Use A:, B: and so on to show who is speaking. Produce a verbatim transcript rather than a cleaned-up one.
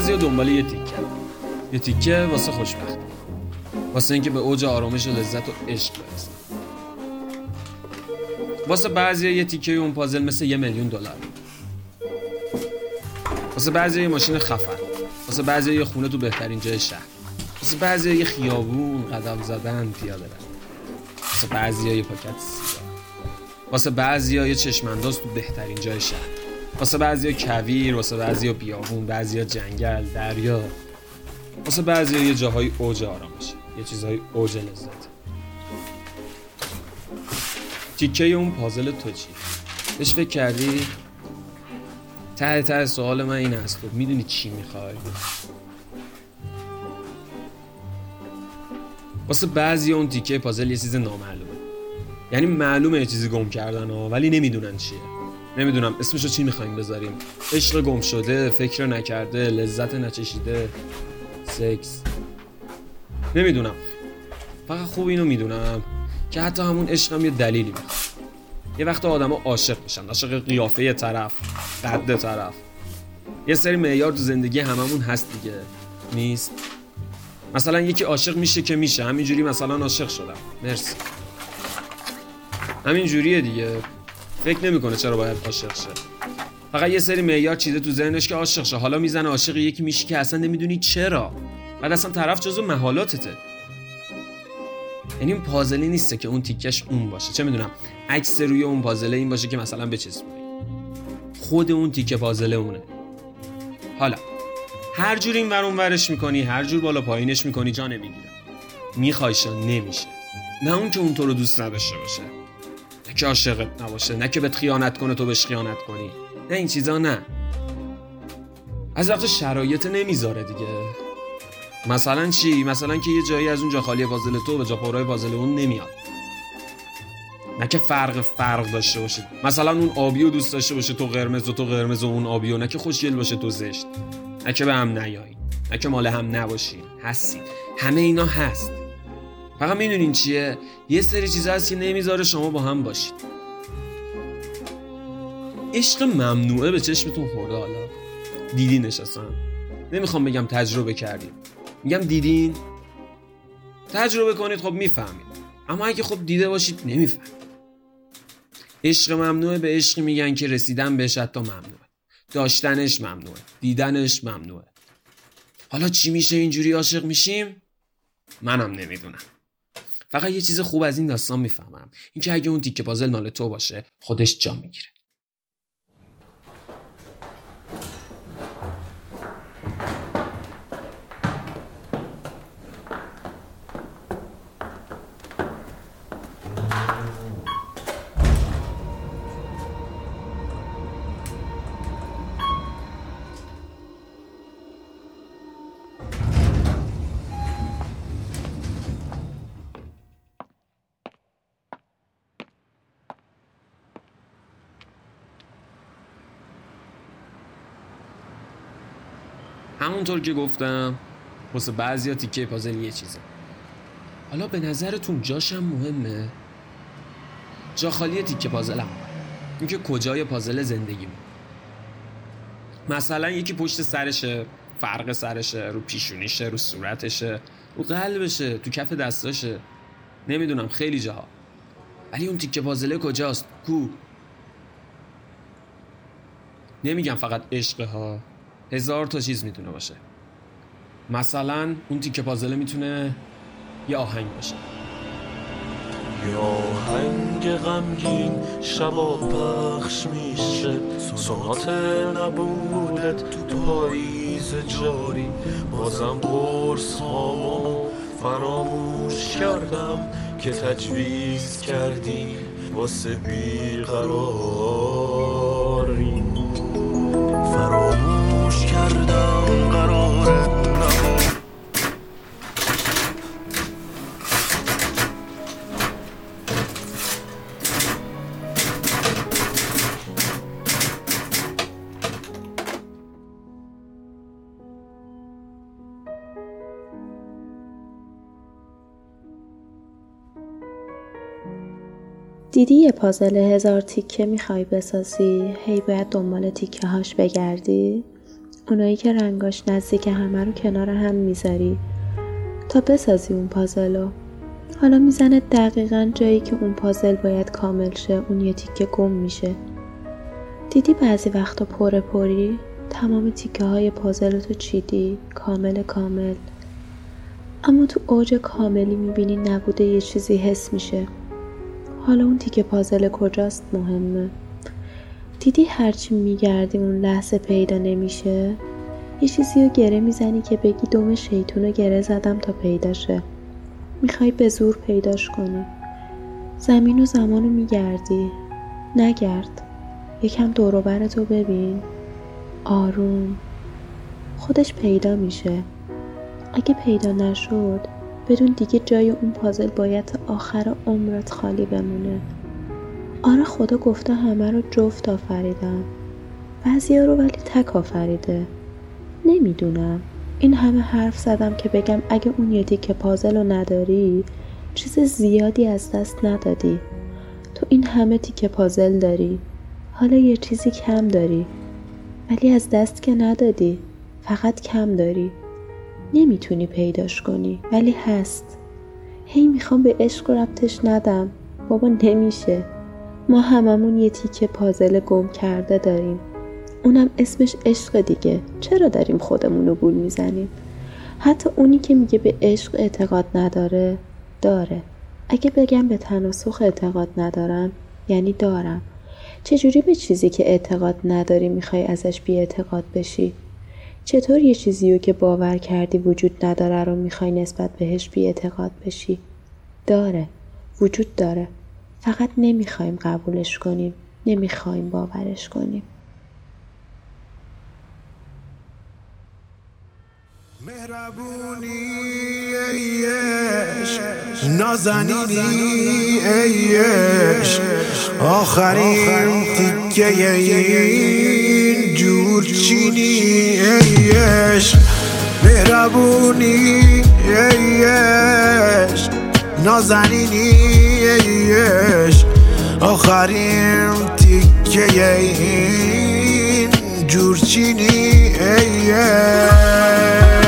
A: بعضیا دنبال یه تیکه یه تیکه واسه خوشبختی، واسه اینکه به اوج آرامش و لذت و عشق برسن. واسه بعضیا یه تیکه اون پازل مثل یه میلیون دلار، واسه بعضیا یه ماشین خفن، واسه بعضیا یه خونه تو بهترین جای شهر، واسه بعضیا یه خیابون قدم زدن پیاده رو، واسه بعضیا یه پاکت سیگار، واسه بعضیا یه چشم‌انداز تو بهترین جای شهر، واسه بعضیا کویر، واسه بعضیا بیابون، بعضیا جنگل، دریا، واسه بعضیا یه جاهای اوج آرامش، یه چیزهای اوج لذت. تیکه اون پازل تو چی؟ بهش فکر کردی؟ ته ته سوال من این است، تو میدونی چی میخوای؟ واسه بعضی اون تیکه پازل یه چیز نامعلومه، یعنی معلومه یه چیزی گم کردن ها، ولی نمیدونن چیه. نمیدونم اسمشو چی میخوایم بذاریم، عشق گم شده، فکر نکرده، لذت نچشیده، سکس، نمیدونم. فقط خوب اینو میدونم که حتی همون عشق هم یه دلیلی میخواد. یه وقت آدم ها عاشق میشن، عاشق قیافه یه طرف، قد طرف. یه سری معیار تو زندگی هممون هست دیگه، نیست؟ مثلا یکی عاشق میشه که میشه، همینجوری مثلا عاشق شدم، مرسی، همین جوریه دیگه. فکر نمیکنه چرا باید عاشق شه، فقط یه سری معیار چیده تو ذهنش که عاشق شه. حالا میزنه عاشق یکی میشه که اصلا نمیدونی چرا، بعد اصلا طرف جزو محالاتته. یعنی اون پازلی نیسته که اون تیکش اون باشه، چه میدونم عکس روی اون پازله این باشه که مثلا بچسبونی، خود اون تیکه پازله اونه. حالا هر جور این ور اون ورش میکنی، هر جور بالا پایینش میکنی، جا نمیگیره. میخوایشان نمیشه. نه اون که اون تو رو دوست نداشته باشه، نه که عاشقت نباشه، نه که بهت خیانت کنه تو بهش خیانت کنی، نه این چیزا. نه، از وقت شرایط نمیذاره دیگه. مثلا چی؟ مثلا که یه جایی از اون جا خالی پازل تو به جا پرای پازل اون نمیاد، نه که فرق فرق داشته باشه، مثلا اون آبیو دوست داشته باشه تو قرمز و تو قرمز و اون آبیو، نه که خوشگل باشه تو زشت، نه که به هم نیایین، نه که مال هم نباشین. هستین، همه اینا هست. فقط میدونین چیه؟ یه سری چیزا هست که نمیذاره شما با هم باشید. عشق ممنوعه به چشمتون خورده. حالا دیدی نشستم، نمیخوام بگم تجربه کردیم، میگم دیدین. تجربه کنید خب میفهمید، اما اگه خب دیده باشید نمیفهمید. عشق ممنوعه به عشقی میگن که رسیدن بهش حتی ممنوعه، داشتنش ممنوعه، دیدنش ممنوعه. حالا چی میشه اینجوری عاشق میشیم؟ منم نمیدونم. فقط یه چیز خوب از این داستان میفهمم، این که اگه اون تیکه پازل مال تو باشه خودش جا میگیره. همونطور که گفتم واسه بعضیا تیکه پازل یه چیزه. حالا به نظرتون جاشم مهمه؟ جا خالی تیکه پازلم این که کجای پازل زندگیمون. مثلا یکی پشت سرشه، فرق سرشه، رو پیشونیشه، رو صورتشه، رو قلبشه، تو کف دستاشه، نمیدونم خیلی جاها. ولی اون تیکه پازله کجاست؟ کو؟ نمیگم فقط عشقه ها، هزار تا چیز میتونه باشه. مثلا اون تیکه پازله میتونه یه آهنگ باشه،
B: یه آهنگ غمگین شبا پخش میشه، سونات نبودت تو پاییز جاری، بازم قرص هامو فراموش کردم که تجویز کردی واسه بیقراری. فراموش کردم قرارت نبود.
C: دیدی یه پازل هزار تیکه میخوای بسازی، هی باید دنبال تیکه هاش بگردی؟ اونایی که رنگاش نزدیک همه رو کنار هم میذاری تا بسازی اون پازلو. حالا میزنه دقیقاً جایی که اون پازل باید کامل شه اون یه تیکه گم میشه. دیدی بعضی وقتا پره پری تمام تیکه های پازلتو چیدی کامل کامل، اما تو اوج کاملی میبینی نبوده یه چیزی حس میشه. حالا اون تیکه پازل کجاست مهمه. دیدی هرچی میگردی اون لحظه پیدا نمیشه؟ یه چیزی رو گره میزنی که بگی دم شیطون رو گره زدم تا پیدا شه. میخوای به زور پیداش کنی. زمین و زمان رو میگردی. نگرد. یکم دور و برتو ببین. آروم. خودش پیدا میشه. اگه پیدا نشد بدون دیگه جای اون پازل باید تا آخر عمرت خالی بمونه. آره خدا گفته همه رو جفت آفریدم، بعضی ها رو ولی تک آفریده. نمیدونم. این همه حرف زدم که بگم اگه اون یه تیکه پازل رو نداری چیز زیادی از دست ندادی. تو این همه تیکه پازل داری، حالا یه چیزی کم داری، ولی از دست که ندادی، فقط کم داری. نمیتونی پیداش کنی ولی هست. هی میخوام به عشق ربطش ندم. بابا نمیشه. ما هممون یه تیکه پازل گم کرده داریم، اونم اسمش عشق دیگه. چرا داریم خودمون رو گول میزنیم؟ حتی اونی که میگه به عشق اعتقاد نداره داره. اگه بگم به تناسخ اعتقاد ندارم یعنی دارم. چجوری به چیزی که اعتقاد نداری میخوای ازش بی اعتقاد بشی؟ چطور یه چیزی رو که باور کردی وجود نداره رو میخوای نسبت بهش بی اعتقاد بشی؟ داره، وجود داره، فقط نمیخوایم قبولش کنیم، نمیخوایم باورش کنیم.
D: مهربونی ای عشق، نازنینی ای عشق، آخرین تیکه این جورچینی ای عشق. مهربونی ای عشق، نازنینی ای عشق، آخرین تیکه این جورچینی ای عشق.